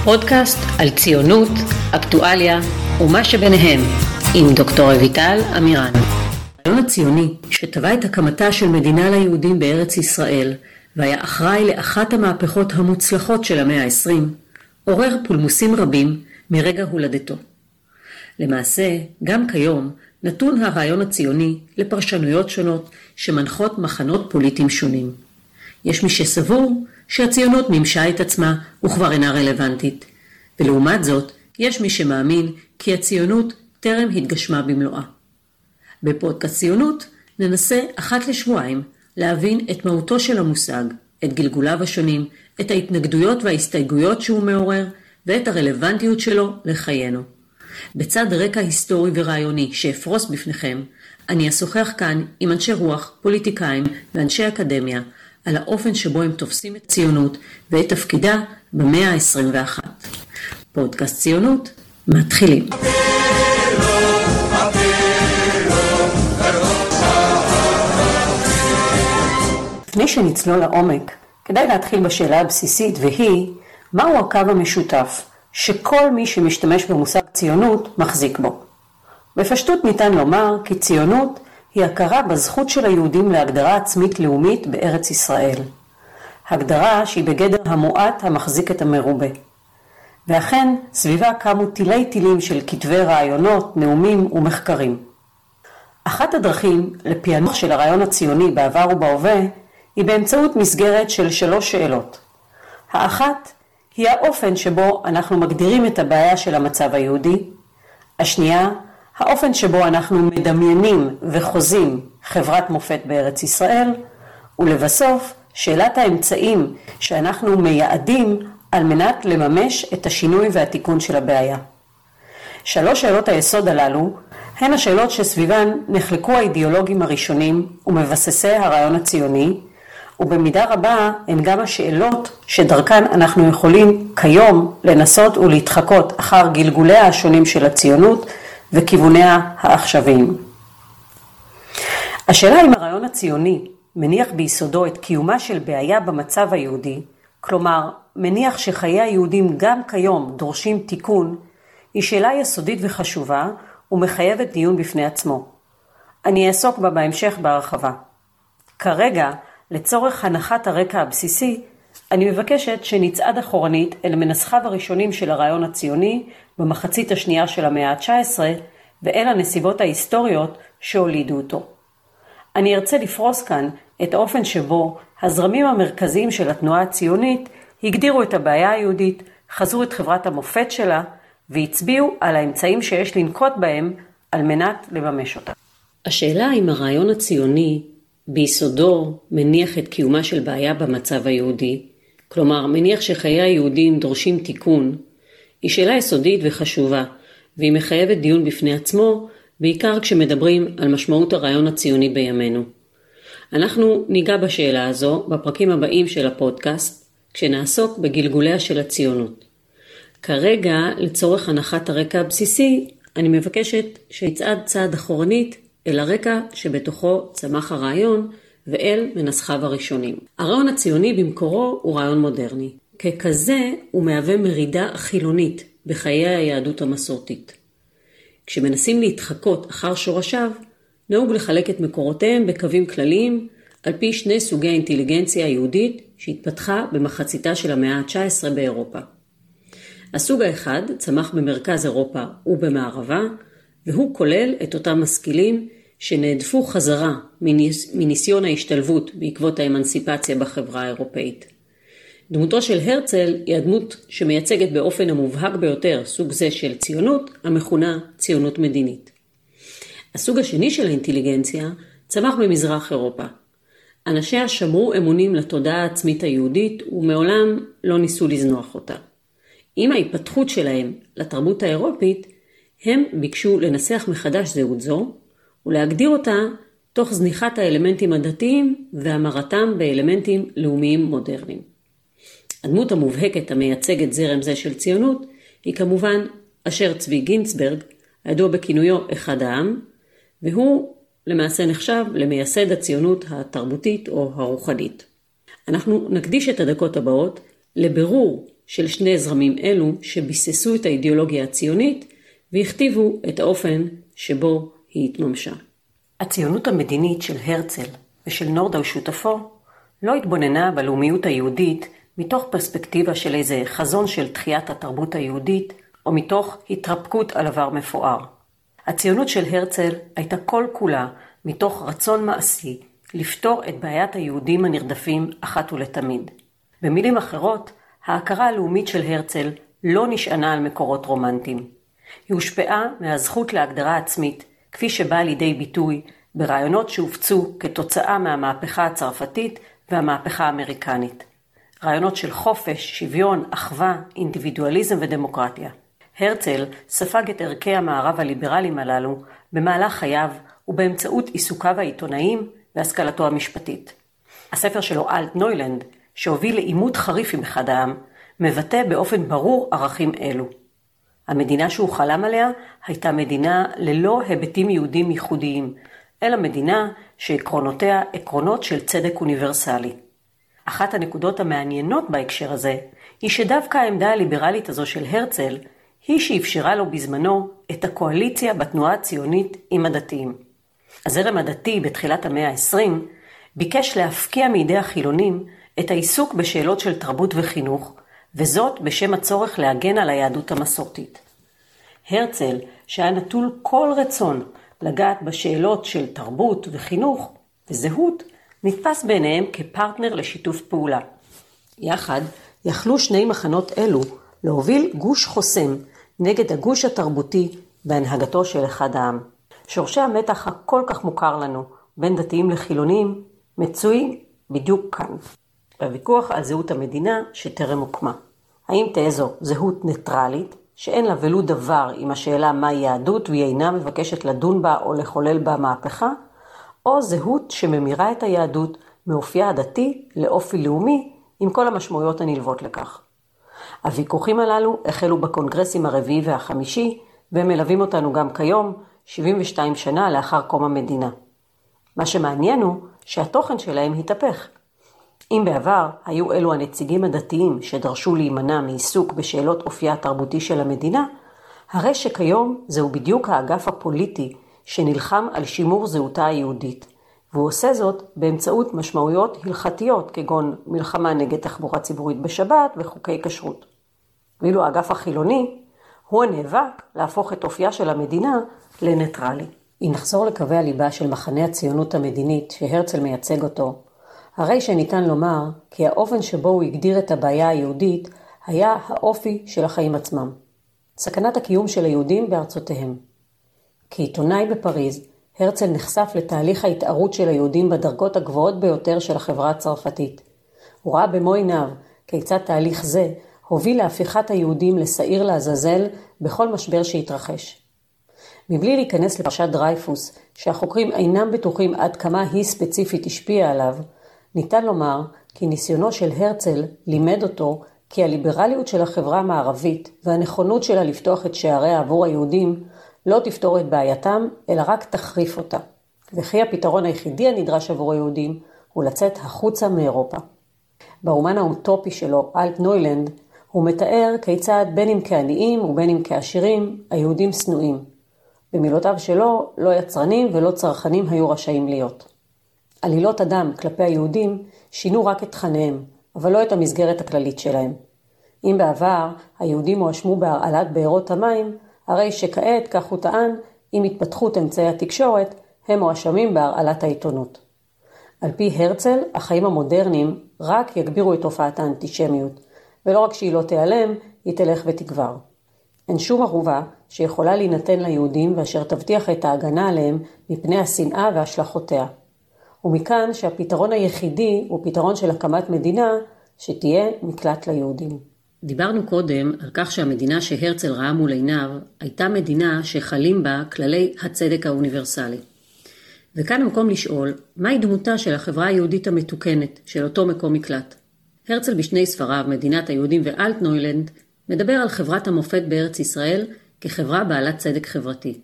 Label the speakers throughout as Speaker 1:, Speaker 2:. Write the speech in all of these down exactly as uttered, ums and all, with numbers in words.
Speaker 1: פודקאסט על ציונות, אקטואליה ומה שביניהם, עם דוקטור אביטל אמירן. הרעיון הציוני שטבע את הקמתה של מדינה ליהודים בארץ ישראל והיה אחראי לאחת המהפכות המוצלחות של המאה ה-עשרים, עורר פולמוסים רבים מרגע הולדתו. למעשה, גם כיום נתון הרעיון הציוני לפרשנויות שונות שמנחות מחנות פוליטיים שונים. יש מי שסבור שהציונות מימשה את עצמה וכבר אינה רלוונטית, ולעומת זאת יש מי שמאמין כי הציונות טרם התגשמה במלואה. בפודקאסט ציונות ננסה אחת לשבועיים להבין את מהותו של המושג, את גלגוליו השונים, את ההתנגדויות וההסתייגויות שהוא מעורר ואת הרלוונטיות שלו לחיינו. בצד רקע היסטורי ורעיוני שאפרוס בפניכם, אני אשוחח כאן עם אנשי רוח, פוליטיקאים ואנשי אקדמיה על האופן שבו הם תופסים את הציונות ואת תפקידה במאה ה-עשרים ואחת. פודקאסט ציונות, מתחילים. לפני שנצלול לעומק, כדאי להתחיל בשאלה הבסיסית והיא, מהו הקו המשותף שכל מי שמשתמש במושג ציונות מחזיק בו? בפשטות ניתן לומר כי ציונות היא הכרה בזכות של היהודים להגדרה עצמית לאומית בארץ ישראל. הגדרה שהיא בגדר המועט המחזיק את המרובה. ואכן, סביבה קמו תילי תילים של כתבי רעיונות, נאומים ומחקרים. אחת הדרכים לפענוח של הרעיון הציוני בעבר ובהווה היא באמצעות מסגרת של שלוש שאלות. האחת היא האופן שבו אנחנו מגדירים את הבעיה של המצב היהודי. השנייה, האופן שבו אנחנו מדמיינים וחוזים חברת מופת בארץ ישראל. ולבסוף, שאלת האמצעים שאנחנו מייעדים על מנת לממש את השינוי והתיקון של הבעיה. שלוש שאלות היסוד הללו הן השאלות שסביבן נחלקו האידיאולוגים הראשונים ומבססי הרעיון הציוני, ובמידה רבה הן גם השאלות שדרכן אנחנו יכולים כיום לנסות ולהתחקות אחר גלגוליה השונים של הציונות וכיווניה העכשוויים. השאלה אם הרעיון הציוני מניח ביסודו את קיומה של בעיה במצב היהודי, כלומר מניח שחיי היהודים גם כיום דורשים תיקון, היא שאלה יסודית וחשובה ומחייבת דיון בפני עצמו. אני אעסוק בה בהמשך בהרחבה. כרגע, לצורך הנחת הרקע הבסיסי, אני מבקשת שנצעד אחורנית אל מנסחיו הראשונים של הרעיון הציוני במחצית השנייה של המאה ה-תשע עשרה ואל הנסיבות ההיסטוריות שהולידו אותו. אני ארצה לפרוס כאן את האופן שבו הזרמים המרכזיים של התנועה הציונית הגדירו את הבעיה היהודית, חזו את חברת המופת שלה והצביעו על האמצעים שיש לנקוט בהם על מנת לממש אותה. השאלה אם הרעיון הציוני ביסודו מניח את קיומה של בעיה במצב היהודי, כלומר מניח שחיי היהודים דורשים תיקון, היא שאלה יסודית וחשובה, והיא מחייבת דיון בפני עצמו, בעיקר כשמדברים על משמעות הרעיון הציוני בימינו. אנחנו ניגע בשאלה הזו בפרקים הבאים של הפודקאסט, כשנעסוק בגלגוליה של הציונות. כרגע, לצורך הנחת הרקע הבסיסי, אני מבקשת שיצעד צעד אחורנית אל הרקע שבתוכו צמח הרעיון ואל מנסחיו הראשונים. הרעיון הציוני במקורו הוא רעיון מודרני. ככזה הוא מהווה מרידה חילונית בחיי היהדות המסורתית. כשמנסים להתחקות אחר שורשיו, נהוג לחלק את מקורותיהם בקווים כלליים על פי שני סוגי האינטליגנציה היהודית שהתפתחה במחציתה של המאה ה-תשע עשרה באירופה. הסוג האחד צמח במרכז אירופה ובמערבה, והוא כולל את אותם משכילים שנעדפו חזרה מניס... מניסיון ההשתלבות בעקבות האמנסיפציה בחברה האירופאית. דמותו של הרצל היא הדמות שמייצגת באופן המובהק ביותר סוג זה של ציונות, המכונה ציונות מדינית. הסוג השני של האינטליגנציה צמח במזרח אירופה. אנשיה שמרו אמונים לתודעה העצמית היהודית ומעולם לא ניסו לזנוח אותה. עם ההתפתחות שלהם לתרבות האירופית, הם ביקשו לנסח מחדש זהות זו ולהגדיר אותה תוך זניחת האלמנטים הדתיים והמרתם באלמנטים לאומיים מודרניים. הדמות המובהקת המייצגת זרם זה של ציונות היא כמובן אשר צבי גינצברג, הידוע בכינויו אחד העם, והוא למעשה נחשב למייסד הציונות התרבותית או הרוחנית. אנחנו נקדיש את הדקות הבאות לבירור של שני זרמים אלו שביססו את האידיאולוגיה הציונית והכתיבו את האופן שבו היא התממשה. הציונות המדינית של הרצל ושל נורדאו ושותפו לא התבוננה בלאומיות היהודית מתוך פרספקטיבה של איזה חזון של תחיית התרבות היהודית או מתוך התרפקות על עבר מפואר. הציונות של הרצל הייתה כל כולה מתוך רצון מעשי לפתור את בעיית היהודים הנרדפים אחת ולתמיד. במילים אחרות, ההכרה הלאומית של הרצל לא נשענה על מקורות רומנטיים. היא הושפעה מהזכות להגדרה עצמית, כפי שבאה לידי ביטוי ברעיונות שהופצו כתוצאה מהמהפכה הצרפתית והמהפכה האמריקנית. רעיונות של חופש, שוויון, אחווה, אינדיבידואליזם ודמוקרטיה. הרצל ספג את ערכי המערב הליברליים הללו במהלך חייו ובאמצעות עיסוקיו העיתונאיים והשכלתו המשפטית. הספר שלו אלטנוילנד, שהוביל לעימות חריף עם אחד העם, מבטא באופן ברור ערכים אלו. המדינה שהוא חלם עליה הייתה מדינה ללא היבטים יהודים ייחודיים, אלא מדינה שעקרונותיה עקרונות של צדק אוניברסלי. אחת הנקודות המעניינות בהקשר הזה היא שדווקא העמדה הליברלית הזו של הרצל היא שאפשרה לו בזמנו את הקואליציה בתנועה הציונית עם הדתיים. הזרם הדתי בתחילת המאה ה-עשרים ביקש להפקיע מידי החילונים את העיסוק בשאלות של תרבות וחינוך, וזאת בשם הצורך להגן על היהדות המסורתית. הרצל, שהיה נטול כל רצון לגעת בשאלות של תרבות וחינוך וזהות, נתפס ביניהם כפרטנר לשיתוף פעולה. יחד יכלו שני מחנות אלו להוביל גוש חוסם נגד הגוש התרבותי בהנהגתו של אחד העם. שורשי המתח הכל כך מוכר לנו בין דתיים לחילונים מצויים בדיוק כאן. בוויכוח על זהות המדינה שטרם הוקמה. האם תהיה זו זהות ניטרלית שאין לה ולו דבר עם השאלה מהי יהדות והיא אינה מבקשת לדון בה או לחולל בה מהפכה, או זהות שממירה את היהדות מאופייה הדתי לאופי לאומי עם כל המשמעויות הנלוות לכך. הוויכוחים הללו החלו בקונגרסים הרביעי והחמישי והם מלווים אותנו גם כיום שבעים ושתיים שנה לאחר קום המדינה. מה שמעניין הוא שהתוכן שלהם התהפך. אם בעבר היו אלו הנציגים הדתיים שדרשו להימנע מעיסוק בשאלות אופייה התרבותי של המדינה, הרי שכיום זהו בדיוק האגף הפוליטי שנלחם על שימור זהותה היהודית, והוא עושה זאת באמצעות משמעויות הלכתיות כגון מלחמה נגד תחבורה ציבורית בשבת וחוקי כשרות. ואילו האגף החילוני הוא הנאבק להפוך את אופייה של המדינה לניטרלי. אם נחזור לקווי הליבה של מחנה הציונות המדינית שהרצל מייצג אותו, הרי שניתן לומר כי האופן שבו הוא הגדיר את הבעיה היהודית היה האופי של החיים עצמם. סכנת הקיום של היהודים בארצותיהם. כעיתונאי בפריז, הרצל נחשף לתהליך ההתערות של היהודים בדרגות הגבוהות ביותר של החברה הצרפתית. הוא ראה במו עיניו כיצד תהליך זה הוביל להפיכת היהודים לשעיר לעזאזל בכל משבר שהתרחש. מבלי להיכנס לפרשת דרייפוס, שהחוקרים אינם בטוחים עד כמה היא ספציפית השפיעה עליו, ניתן לומר כי ניסיונו של הרצל לימד אותו כי הליברליות של החברה המערבית והנכונות שלה לפתוח את שעריה עבור היהודים לא תפתור את בעייתם, אלא רק תחריף אותה. וכי הפתרון היחידי הנדרש עבור היהודים הוא לצאת החוצה מאירופה. ברומן האוטופי שלו, אלטנוילנד, הוא מתאר כיצד בין אם כעניים ובין אם כעשירים, היהודים שנואים. במילותיו שלו, לא יצרנים ולא צרכנים היו רשאים להיות. עלילות הדם כלפי היהודים שינו רק את תכניהם, אבל לא את המסגרת הכללית שלהם. אם בעבר היהודים הואשמו בהרעלת בארות המים, הרי שכעת, כך הוא טען, עם התפתחות אמצעי התקשורת, הם מואשמים בהרעלת העיתונות. על פי הרצל, החיים המודרניים רק יגבירו את תופעת האנטישמיות, ולא רק שהיא לא תיעלם, היא תלך ותגבר. אין שום ערובה שיכולה להינתן ליהודים ואשר תבטיח את ההגנה עליהם מפני השנאה והשלכותיה. ומכאן שהפתרון היחידי הוא פתרון של הקמת מדינה שתהיה מקלט ליהודים. דיברנו קודם על כך שהמדינה שהרצל ראה מול עיניו הייתה מדינה שחלים בה כללי הצדק האוניברסלי. וכאן המקום לשאול, מהי דמותה של החברה היהודית המתוקנת של אותו מקום מקלט? הרצל בשני ספריו, מדינת היהודים ואלטנוילנד, מדבר על חברת המופת בארץ ישראל כחברה בעלת צדק חברתי.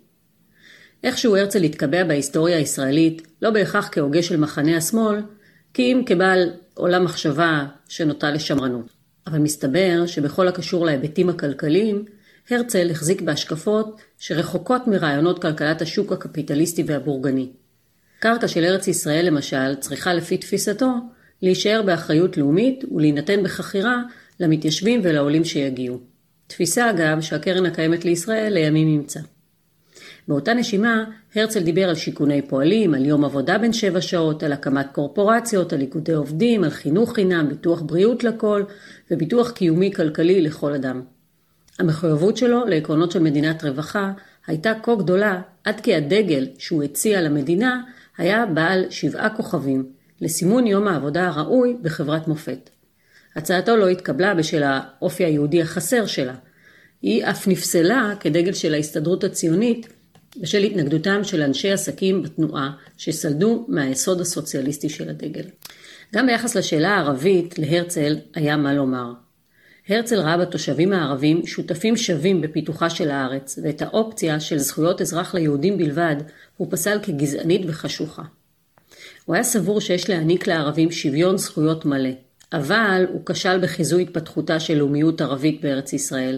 Speaker 1: איכשהו הרצל התקבע בהיסטוריה הישראלית, לא בהכרח כהוגה של מחנה השמאל, כי אם כבעל עולם מחשבה שנוטה לשמרנות. אבל מסתבר שבכל הקשור להיבטים הכלכליים, הרצל החזיק בהשקפות שרחוקות מרעיונות כלכלת השוק הקפיטליסטי והבורגני. קרקע של ארץ ישראל למשל צריכה לפי תפיסתו להישאר באחריות לאומית ולהינתן בחכירה למתיישבים ולעולים שיגיעו. תפיסה אגב שהקרן הקיימת לישראל לימים ימצא. באותה נשימה, הרצל דיבר על שיכוני פועלים, על יום עבודה בין שבע שעות, על הקמת קורפורציות, על איגודי עובדים, על חינוך חינם, ביטוח בריאות לכל וביטוח קיומי כלכלי לכל אדם. המחויבות שלו לעקרונות של מדינת רווחה הייתה כה גדולה עד כי הדגל שהוא הציע למדינה היה בעל שבעה כוכבים לסימון יום העבודה הראוי בחברת מופת. הצעתו לא התקבלה בשל האופי היהודי החסר שלה. היא אף נפסלה כדגל של ההסתדרות הציונית בשל התנגדותם של אנשי עסקים בתנועה שסלדו מהיסוד הסוציאליסטי של הדגל. גם ביחס לשאלה הערבית להרצל היה מה לומר. הרצל ראה בתושבים הערבים שותפים שווים בפיתוחה של הארץ, ואת האופציה של זכויות אזרח ליהודים בלבד הוא פסל כגזענית וחשוכה. הוא היה סבור שיש להעניק לערבים שוויון זכויות מלא, אבל הוא כשל בחיזוי התפתחותה של לאומיות ערבית בארץ ישראל,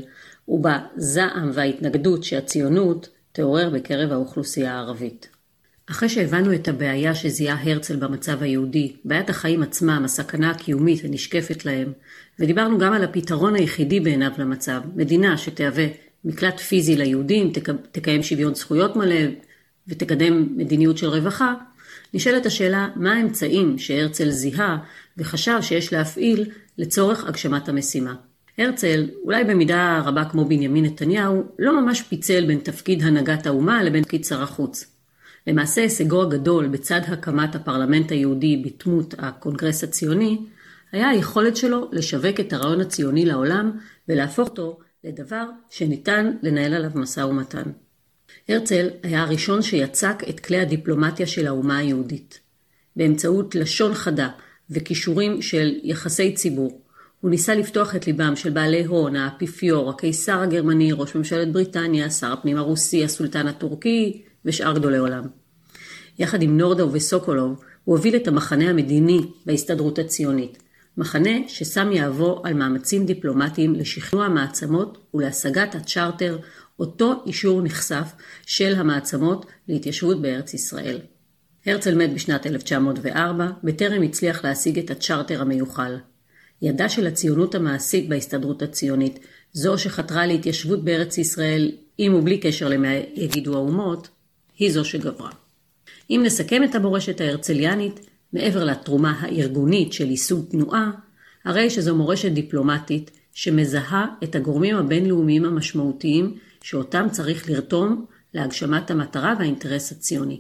Speaker 1: ובזעם וההתנגדות שהציונות תעורר בקרב האוכלוסייה הערבית. אחרי שהבנו את הבעיה שזיהה הרצל במצב היהודי, בעיית החיים עצמם, הסכנה הקיומית הנשקפת להם, ודיברנו גם על הפתרון היחידי בעיניו למצב, מדינה שתהווה מקלט פיזי ליהודים, תקיים שוויון זכויות מלא ותקדם מדיניות של רווחה, נשאלת השאלה מה האמצעים שהרצל זיהה וחשב שיש להפעיל לצורך הגשמת המשימה. הרצל, אולי במידה רבה כמו בנימין נתניהו, לא ממש פיצל בין תפקיד הנהגת האומה לבין תפקיד שר החוץ. למעשה הישגו הגדול בצד הקמת הפרלמנט היהודי בדמות הקונגרס הציוני, היה היכולת שלו לשווק את הרעיון הציוני לעולם ולהפוך אותו לדבר שניתן לנהל עליו משא ומתן. הרצל היה הראשון שיצק את כלי הדיפלומטיה של האומה היהודית. באמצעות לשון חדה וכישורים של יחסי ציבור, הוא ניסה לפתוח את ליבם של בעלי הון, האפיפיור, הקיסר הגרמני, ראש ממשלת בריטניה, שר הפנים הרוסי, הסולטן הטורקי ושאר גדולי עולם. יחד עם נורדאו וסוקולוב, הוא הוביל את המחנה המדיני בהסתדרות הציונית. מחנה ששם יעבו על מאמצים דיפלומטיים לשכנוע המעצמות ולהשגת הצ'רטר, אותו אישור נחשף של המעצמות להתיישבות בארץ ישראל. הרצל מת בשנת אלף תשע מאות וארבע, בטרם הצליח להשיג את הצ'רטר המיוחל. ידה של הציונות המעשית בהסתדרות הציונית, זו שחתרה להתיישבות בארץ ישראל, עם ובלי קשר למה יגידו האומות, היא זו שגברה. אם נסכם את המורשת ההרצליאנית, מעבר לתרומה הארגונית של ייסוד תנועה, הרי שזו מורשת דיפלומטית שמזהה את הגורמים הבינלאומיים המשמעותיים שאותם צריך לרתום להגשמת המטרה והאינטרס הציוני.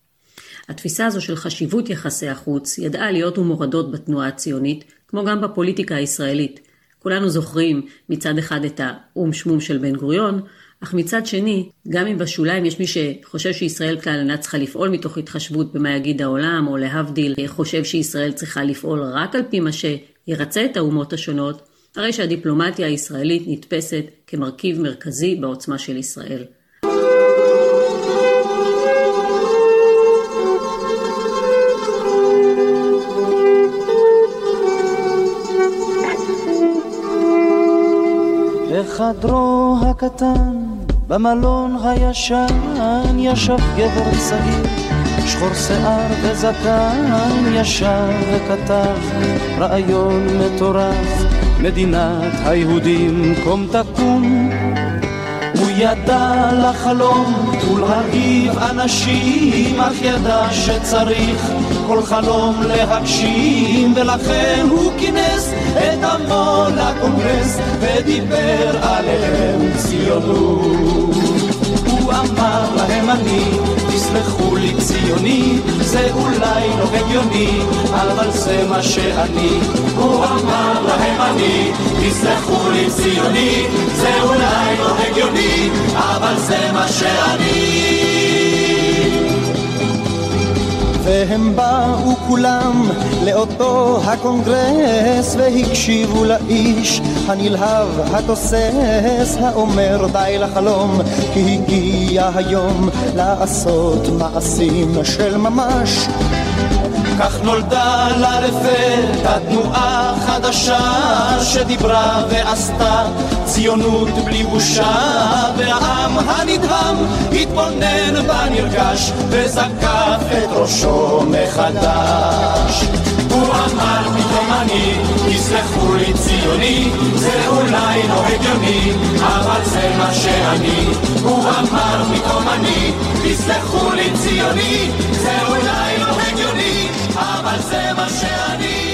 Speaker 1: התפיסה הזו של חשיבות יחסי החוץ ידעה להיות ומורדות בתנועה הציונית, כמו גם בפוליטיקה הישראלית. כולנו זוכרים מצד אחד את האום שמום של בן גוריון, אך מצד שני, גם אם בשוליים יש מי שחושב שישראל כלל אינה צריכה לפעול מתוך התחשבות במה יגיד העולם, או להבדיל, חושב שישראל צריכה לפעול רק על פי מה שירצה את האומות השונות, הרי שהדיפלומטיה הישראלית נתפסת כמרכיב מרכזי בעוצמה של ישראל.
Speaker 2: בחדרו הקטן במלון הישן ישב גבר צעיר, שחור שיער וזקן, ישב וכתב רעיון מטורף, מדינת היהודים קום תקום. הוא ידע לחלום ולהרגיב אנשים, אך ידע שצריך כל חלום להגשים, ולכן הוא כינס את עמו לקונגרס ודיבר עליהם ציונות. הוא אמר להם אני, תסלחו לי ציוני, זה אולי לא הגיוני, אבל זה מה שאני. הוא אמר להם אני, תסלחו לי ציוני, זה אולי לא הגיוני, אבל זה מה שאני. והם באו כולם לאותו הקונגרס והקשיבו לאיש הנלהב התוסס האומר די לחלום, כי הגיע היום לעשות מעשים של ממש. כך נולדה לה לפתע תנועה חדשה שדיברה ועשתה ציונות בלי בושה, והעם הנדהם התבונן בנרגש וזקף את ראשו מחדש. הוא אמר פתאום אני, תסלחו לי ציוני, זה אולי לא הגיוני, אבל זה מה שאני. הוא אמר פתאום אני, תסלחו לי ציוני, זה אולי לא הגיוני, אבל זה מה שאני.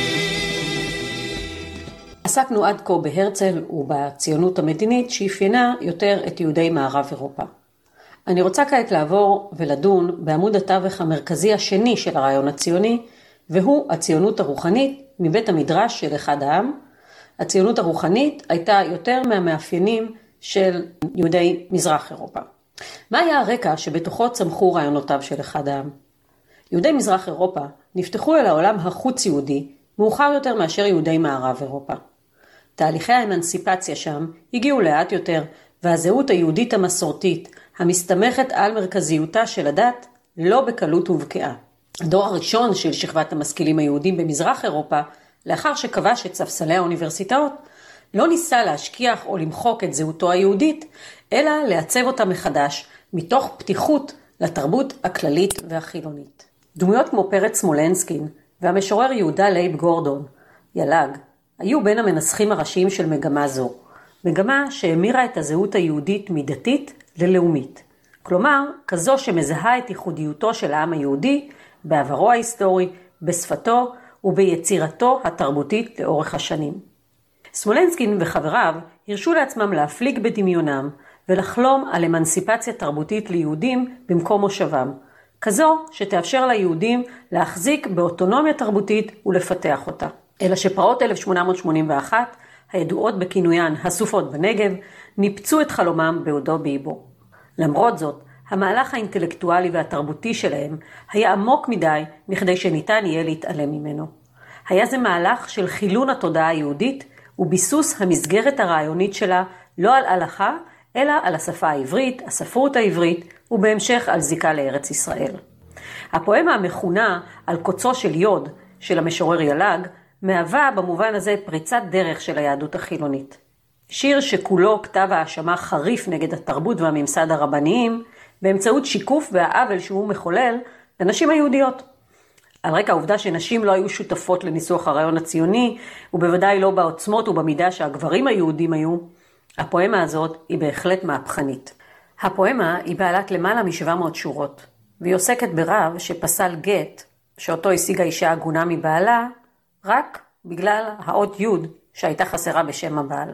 Speaker 1: עסקנו עד כה בהרצל ובציונות המדינית שאפיינה יותר את יהודי מערב אירופה. אני רוצה כעת לעבור ולדון בעמוד התווך המרכזי השני של הרעיון הציוני, והוא הציונות הרוחנית מבית המדרש של אחד העם. הציונות הרוחנית הייתה יותר מהמאפיינים של יהודי מזרח אירופה. מה היה הרקע שבתוכו צמחו רעיונותיו של אחד העם? יהודי מזרח אירופה נפתחו אל העולם החוץ יהודי מאוחר יותר מאשר יהודי מערב אירופה. תהליכי האמנסיפציה שם הגיעו לאט יותר, והזהות היהודית המסורתית המסתמכת על מרכזיותה של הדת לא בקלות ובקעה. הדור הראשון של שכבת המשכילים היהודים במזרח אירופה, לאחר שכבש את ספסלי האוניברסיטאות, לא ניסה להשכיח או למחוק את זהותו היהודית, אלא לעצב אותה מחדש מתוך פתיחות לתרבות הכללית והחילונית. דמויות כמו פרץ סמולנסקין והמשורר יהודה לייב גורדון, ילג, היו בין המנסחים הראשיים של מגמה זו, מגמה שהמירה את הזהות היהודית מדתית ללאומית. כלומר, כזו שמזהה את ייחודיותו של העם היהודי בעברו ההיסטורי, בשפתו וביצירתו התרבותית לאורך השנים. סמולנסקין וחבריו הרשו לעצמם להפליג בדמיונם ולחלום על אמנסיפציה תרבותית ליהודים במקום מושבם, כזו שתאפשר ליהודים להחזיק באוטונומיה תרבותית ולפתח אותה. אלא שפרעות אלף שמונה מאות שמונים ואחת, הידועות בכינוין הסופות בנגב, ניפצו את חלומם בעודו באיבו. למרות זאת, המהלך האינטלקטואלי והתרבותי שלהם היה עמוק מדי מכדי שניתן יהיה להתעלם ממנו. היה זה מהלך של חילון התודעה היהודית וביסוס המסגרת הרעיונית שלה לא על הלכה, אלא על השפה העברית, הספרות העברית ובהמשך על זיקה לארץ ישראל. הפואמה המכונה על קוצו של יוד של המשורר ילג מהווה במובן הזה פריצת דרך של היהדות החילונית. שיר שכולו כתב האשמה חריף נגד התרבות והממסד הרבניים, באמצעות שיקוף והעוול שהוא מחולל לנשים היהודיות. על רקע העובדה שנשים לא היו שותפות לניסוח הרעיון הציוני, ובוודאי לא בעוצמות ובמידה שהגברים היהודים היו, הפואמה הזאת היא בהחלט מהפכנית. הפואמה היא בעלת למעלה מ-שבע מאות שורות, והיא עוסקת ברב שפסל גט, שאותו השיגה אישה עגונה מבעלה, רק בגלל האות י' שהייתה חסרה בשם הבעל.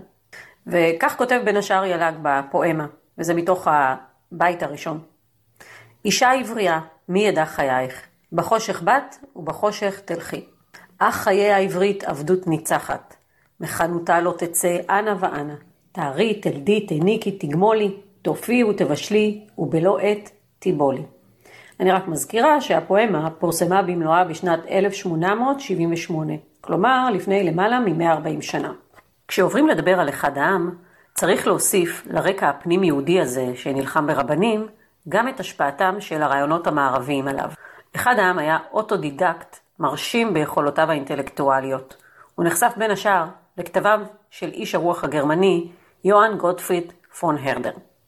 Speaker 1: וכך כותב בין השאר ילג בפואמה, וזה מתוך הבית הראשון. אישה עברייה, מי ידע חייך? בחושך בת ובחושך תלכי. אך חיי העברית עבדות ניצחת. מחנותה לא תצא אנה ואנה. תארי, תלדי, תניקי, תגמולי, תופי ותבשלי, ובלא עת תיבולי. אני רק מזכירה שהפואמה פורסמה במלואה בשנת אלף שמונה מאות שבעים ושמונה, כלומר לפני למעלה מ-מאה וארבעים שנה. כשעוברים לדבר על אחד העם, צריך להוסיף לרקע הפנים יהודי הזה שנלחם ברבנים, גם את השפעתם של הרעיונות המערביים עליו. אחד העם היה אוטודידקט, מרשים ביכולותיו האינטלקטואליות. הוא נחשף בין השאר לכתביו של איש הרוח הגרמני, יוהאן גוטפריד פון הרדר.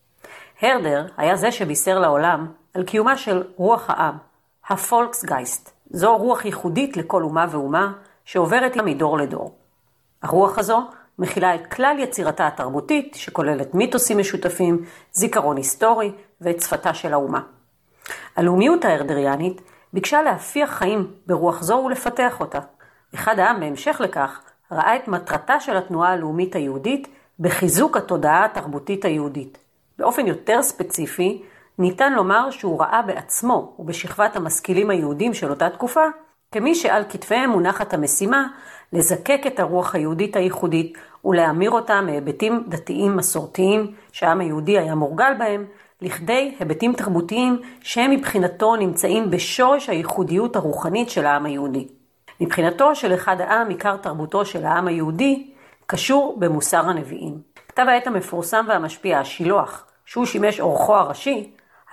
Speaker 1: הרדר היה זה שבישר לעולם על קיומה של רוח העם, הפולקסגייסט. זו רוח ייחודית לכל אומה ואומה שעוברת מדור לדור. הרוח הזו מכילה את כלל יצירתה התרבותית שכוללת מיתוסים משותפים, זיכרון היסטורי ואת שפתה של האומה. הלאומיות ההרדריאנית ביקשה להפיח חיים ברוח זו ולפתח אותה. אחד העם בהמשך לכך ראה את מטרתה של התנועה הלאומית היהודית בחיזוק התודעה התרבותית היהודית. באופן יותר ספציפי, ניתן לומר שהוא ראה בעצמו ובשכבת המשכילים היהודים של אותה תקופה, כמי שעל כתפיהם מונחת המשימה לזקק את הרוח היהודית הייחודית ולהמיר אותה מהיבטים דתיים מסורתיים שהעם היהודי היה מורגל בהם, לכדי היבטים תרבותיים שהם מבחינתו נמצאים בשורש הייחודיות הרוחנית של העם היהודי. מבחינתו של אחד העם, עיקר תרבותו של העם היהודי, קשור במוסר הנביאים. כתב העת המפורסם והמשפיע, השילוח, שהוא שימש אורחו הראשי,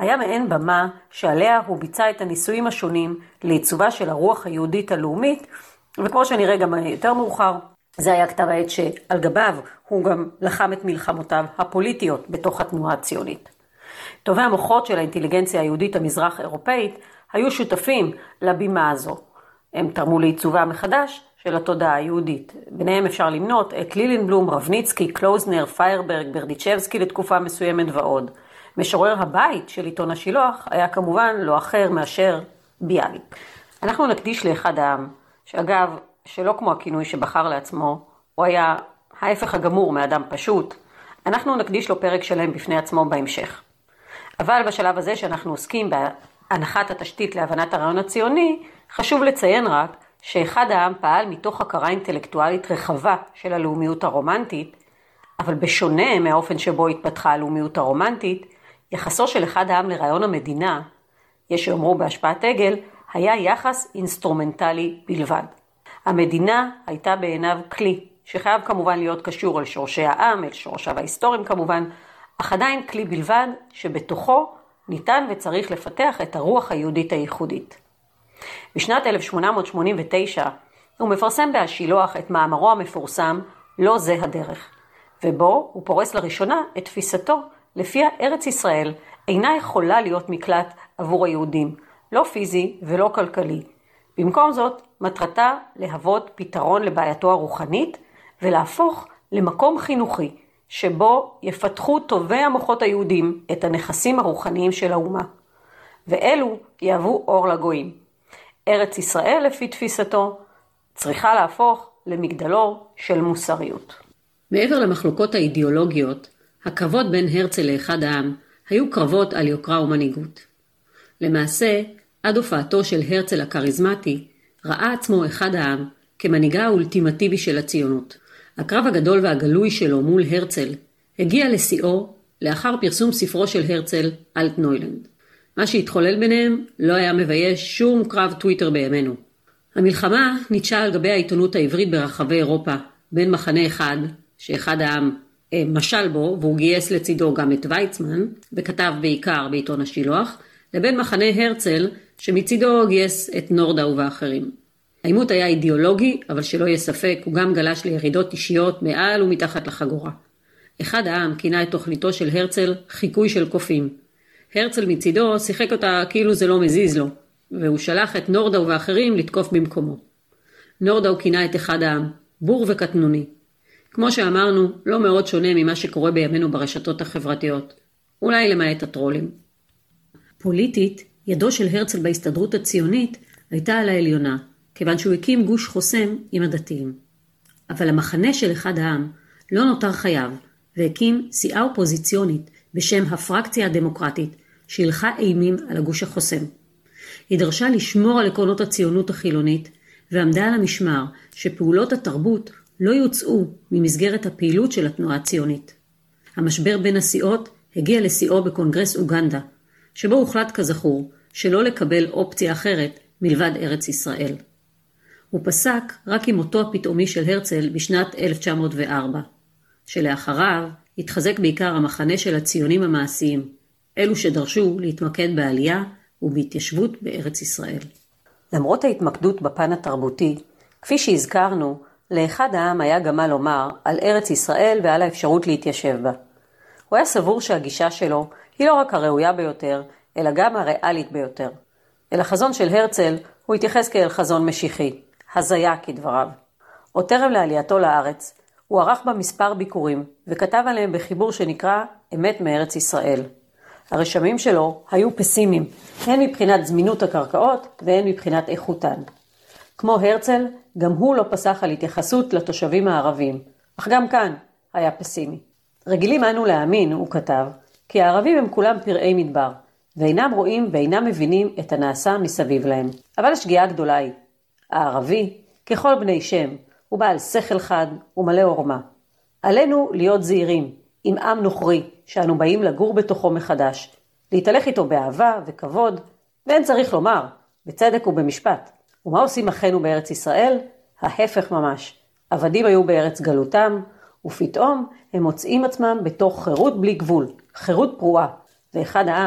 Speaker 1: היה מעין במה שעליה הוא ביצע את הניסויים השונים לעיצובה של הרוח היהודית הלאומית, וכמו שנראה גם יותר מאוחר, זה היה כתב העת שעל גביו הוא גם לחם את מלחמותיו הפוליטיות בתוך התנועה הציונית. טובי המוחות של האינטליגנציה היהודית המזרח אירופאית היו שותפים לבימה הזו. הם תרמו לעיצובה מחדש של התודעה היהודית. ביניהם אפשר למנות את לילינבלום, רבניצקי, קלוזנר, פיירברג, ברדיצ'בסקי לתקופה מסוימת ועוד. משורר הבית של עיתון השילוח היה כמובן לא אחר מאשר ביאליק. אנחנו נקדיש לאחד העם, שאגב, שלא כמו הכינוי שבחר לעצמו, הוא היה ההפך הגמור מאדם פשוט, אנחנו נקדיש לו פרק שלם בפני עצמו בהמשך. אבל בשלב הזה שאנחנו עוסקים בהנחת התשתית להבנת הרעיון הציוני, חשוב לציין רק שאחד העם פעל מתוך הכרה אינטלקטואלית רחבה של הלאומיות הרומנטית, אבל בשונה מהאופן שבו התפתחה הלאומיות הרומנטית, יחסו של אחד העם לרעיון המדינה, יש שאומרו בהשפעת עגל, היה יחס אינסטרומנטלי בלבד. המדינה הייתה בעיניו כלי, שחייב כמובן להיות קשור אל שורשי העם, אל שורשיו ההיסטוריים כמובן, אך עדיין כלי בלבד שבתוכו ניתן וצריך לפתח את הרוח היהודית הייחודית. בשנת אלף שמונה מאות שמונים ותשע הוא מפרסם בהשילוח את מאמרו המפורסם לא זה הדרך, ובו הוא פורס לראשונה את תפיסתו לפיה ארץ ישראל אינה יכולה להיות מקלט עבור היהודים, לא פיזי ולא כלכלי. במקום זאת, מטרתה להוות פתרון לבעייתו הרוחנית ולהפוך למקום חינוכי, שבו יפתחו טובי המוחות היהודים את הנכסים הרוחניים של האומה. ואלו יהוו אור לגויים. ארץ ישראל, לפי תפיסתו, צריכה להפוך למגדלור של מוסריות. מעבר למחלוקות האידיאולוגיות, הקרבות בין הרצל לאחד העם היו קרבות על יוקרה ומנהיגות. למעשה, עד הופעתו של הרצל הכריזמטי, ראה עצמו אחד העם כמנהיגה האולטימטיבי של הציונות. הקרב הגדול והגלוי שלו מול הרצל הגיע לשיאו לאחר פרסום ספרו של הרצל אלטנוילנד. מה שהתחולל ביניהם לא היה מבייש שום קרב טוויטר בימינו. המלחמה ניטשה על גבי העיתונות העברית ברחבי אירופה, בין מחנה אחד, שאחד העם אה, משל בו, והוא גייס לצידו גם את ויצמן, וכתב בעיקר בעיתון השילוח, לבין מחנה הרצל, שמצידו גייס את נורדאו ואחרים. העימות היה אידיאולוגי, אבל שלא יהיה ספק, הוא גם גלש לירידות אישיות מעל ומתחת לחגורה. אחד העם כינה את תוכניתו של הרצל חיקוי של קופים. הרצל מצידו שיחק אותה כאילו זה לא מזיז לו, והוא שלח את נורדאו ואחרים לתקוף במקומו. נורדאו כינה את אחד העם בור וקטנוני. כמו שאמרנו, לא מאוד שונה ממה שקורה בימינו ברשתות החברתיות, אולי למעט הטרולים. פוליטית, ידו של הרצל בהסתדרות הציונית הייתה על העליונה, כיוון שהוא הקים גוש חוסם עם הדתיים. אבל המחנה של אחד העם לא נותר חייו, והקים סיעה אופוזיציונית בשם הפרקציה הדמוקרטית, שהלכה אימים על הגוש החוסם. היא דרשה לשמור על עקרונות הציונות החילונית, ועמדה על המשמר שפעולות התרבות לא יוצאו ממסגרת הפעילות של התנועה הציונית. המשבר בין הסיעות הגיע לשיאו בקונגרס אוגנדה, שבו הוחלט כזכור שלא לקבל אופציה אחרת מלבד ארץ ישראל. הוא פסק רק עם מותו הפתאומי של הרצל בשנת אלף תשע מאות וארבע, שלאחריו התחזק בעיקר המחנה של הציונים המעשיים, אלו שדרשו להתמקד בעלייה ובהתיישבות בארץ ישראל. למרות ההתמקדות בפן התרבותי, כפי שהזכרנו, לאחד העם היה גם מה לומר על ארץ ישראל ועל האפשרות להתיישב בה. הוא היה סבור שהגישה שלו היא לא רק הראויה ביותר, אלא גם הריאלית ביותר. אל החזון של הרצל הוא התייחס כאל חזון משיחי, הזיה כדבריו. עוד טרם לעלייתו לארץ, הוא ערך בה מספר ביקורים, וכתב עליהם בחיבור שנקרא אמת מארץ ישראל. הרשמים שלו היו פסימיים, הן מבחינת זמינות הקרקעות והן מבחינת איכותן. כמו הרצל, גם הוא לא פסח על התייחסות לתושבים הערבים, אך גם כאן היה פסימי. רגילים אנו להאמין, הוא כתב, כי הערבים הם כולם פראי מדבר, ואינם רואים ואינם מבינים את הנעשה מסביב להם. אבל השגיאה הגדולה היא, הערבי, ככל בני שם, הוא בעל שכל חד ומלא עורמה. עלינו להיות זהירים, עם עם נוכרי, שאנו באים לגור בתוכו מחדש, להתהלך איתו באהבה וכבוד, ואין צריך לומר, בצדק ובמשפט. ומה עושים אחינו בארץ ישראל? ההפך ממש. עבדים היו בארץ גלותם, ופתאום הם מוצאים עצמם בתוך חירות בלי גבול, חירות פרועה, ואחד העם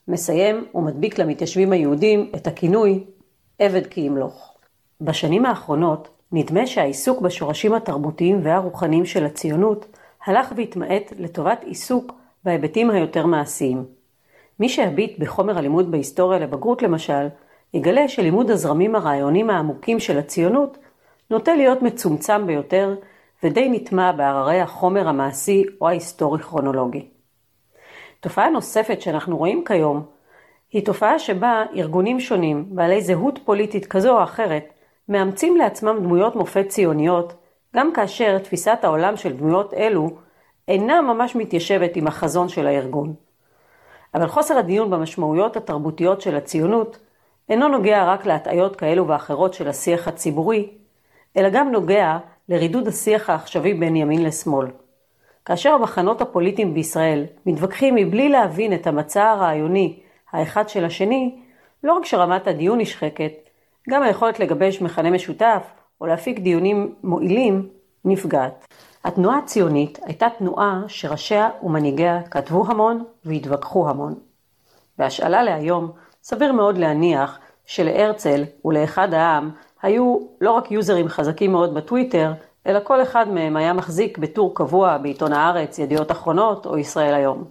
Speaker 1: מסיים ומדביק למתיישבים היהודים את הכינוי עבד כי ימלוך. בשנים האחרונות נדמה שהעיסוק בשורשים התרבותיים והרוחניים של הציונות הלך והתמעט לטובת עיסוק בהיבטים היותר מעשיים. מי שהביט בחומר הלימוד בהיסטוריה לבגרות למשל, יגלה שלימוד הזרמים הרעיונים העמוקים של הציונות נוטה להיות מצומצם ביותר ודי נטמע בהררי החומר המעשי או ההיסטורי-כרונולוגי. תופעה נוספת שאנחנו רואים כיום היא תופעה שבה ארגונים שונים בעלי זהות פוליטית כזו או אחרת מאמצים לעצמם דמויות מופת ציוניות, גם כאשר תפיסת העולם של דמויות אלו אינה ממש מתיישבת עם החזון של הארגון. אבל חוסר הדיון במשמעויות התרבותיות של הציונות אינו נוגע רק להטעיות כאלו ואחרות של השיח הציבורי, אלא גם נוגע לרידוד השיח העכשווי בין ימין לשמאל. כאשר המחנות הפוליטיים בישראל מתווכחים מבלי להבין את המצע הרעיוני האחד של השני, לא רק שרמת הדיון נשחקת, גם היכולת לגבש מכנה משותף או להפיק דיונים מועילים נפגעת. התנועה הציונית הייתה תנועה שראשיה ומנהיגיה כתבו המון והתווכחו המון. בהשאלה להיום, סביר מאוד להניח שלהרצל ולאחד העם היו לא רק יוזרים חזקים מאוד בטוויטר, אלא כל אחד מהם היה מחזיק בטור קבוע בעיתון הארץ, ידיעות אחרונות או ישראל היום.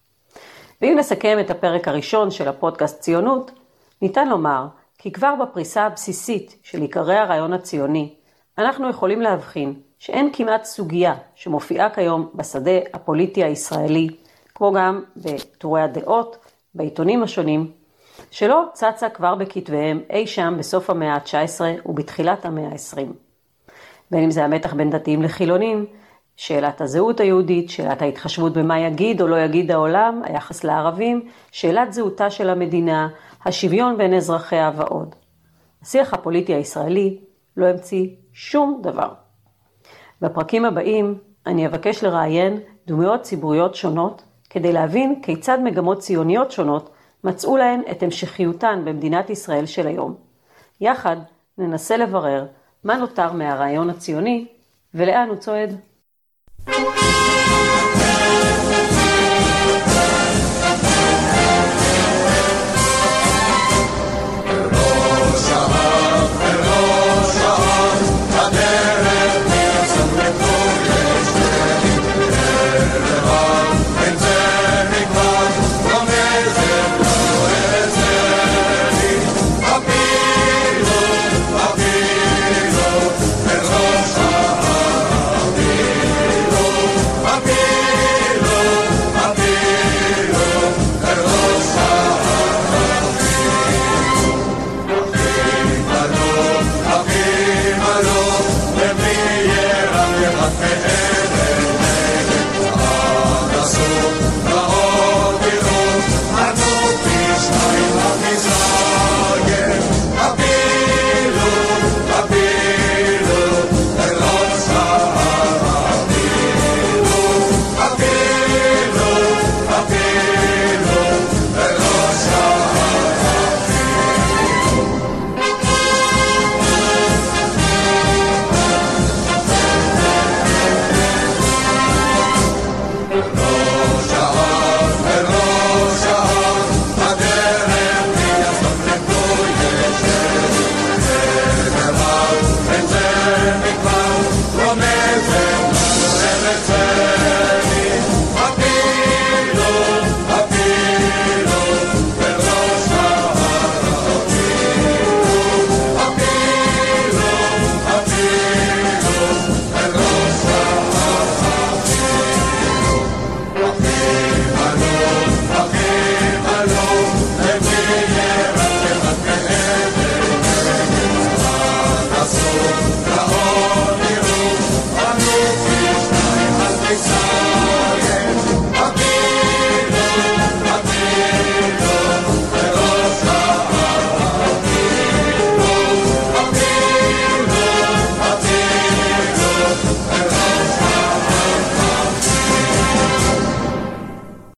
Speaker 1: ואם נסכם את הפרק הראשון של הפודקאסט ציונות, ניתן לומר כי כבר בפריסה הבסיסית של עיקרי הרעיון הציוני, אנחנו יכולים להבחין שאין כמעט סוגיה שמופיעה כיום בשדה הפוליטי הישראלי, כמו גם בטורי הדעות, בעיתונים השונים, שלא צצה כבר בכתביהם אי שם בסוף המאה ה-תשע עשרה ובתחילת המאה ה-עשרים. בין אם זה המתח בין דתיים לחילונים, שאלת הזהות היהודית, שאלת ההתחשבות במה יגיד או לא יגיד העולם, היחס לערבים, שאלת זהותה של המדינה, השוויון בין אזרחיה ועוד. השיח הפוליטי הישראלי לא המציא שום דבר. בפרקים הבאים אני אבקש לראיין דמויות ציבוריות שונות, כדי להבין כיצד מגמות ציוניות שונות מצאו להן את המשכיותן במדינת ישראל של היום. יחד ננסה לברר מה נותר מהרעיון הציוני ולאן הוא צועד.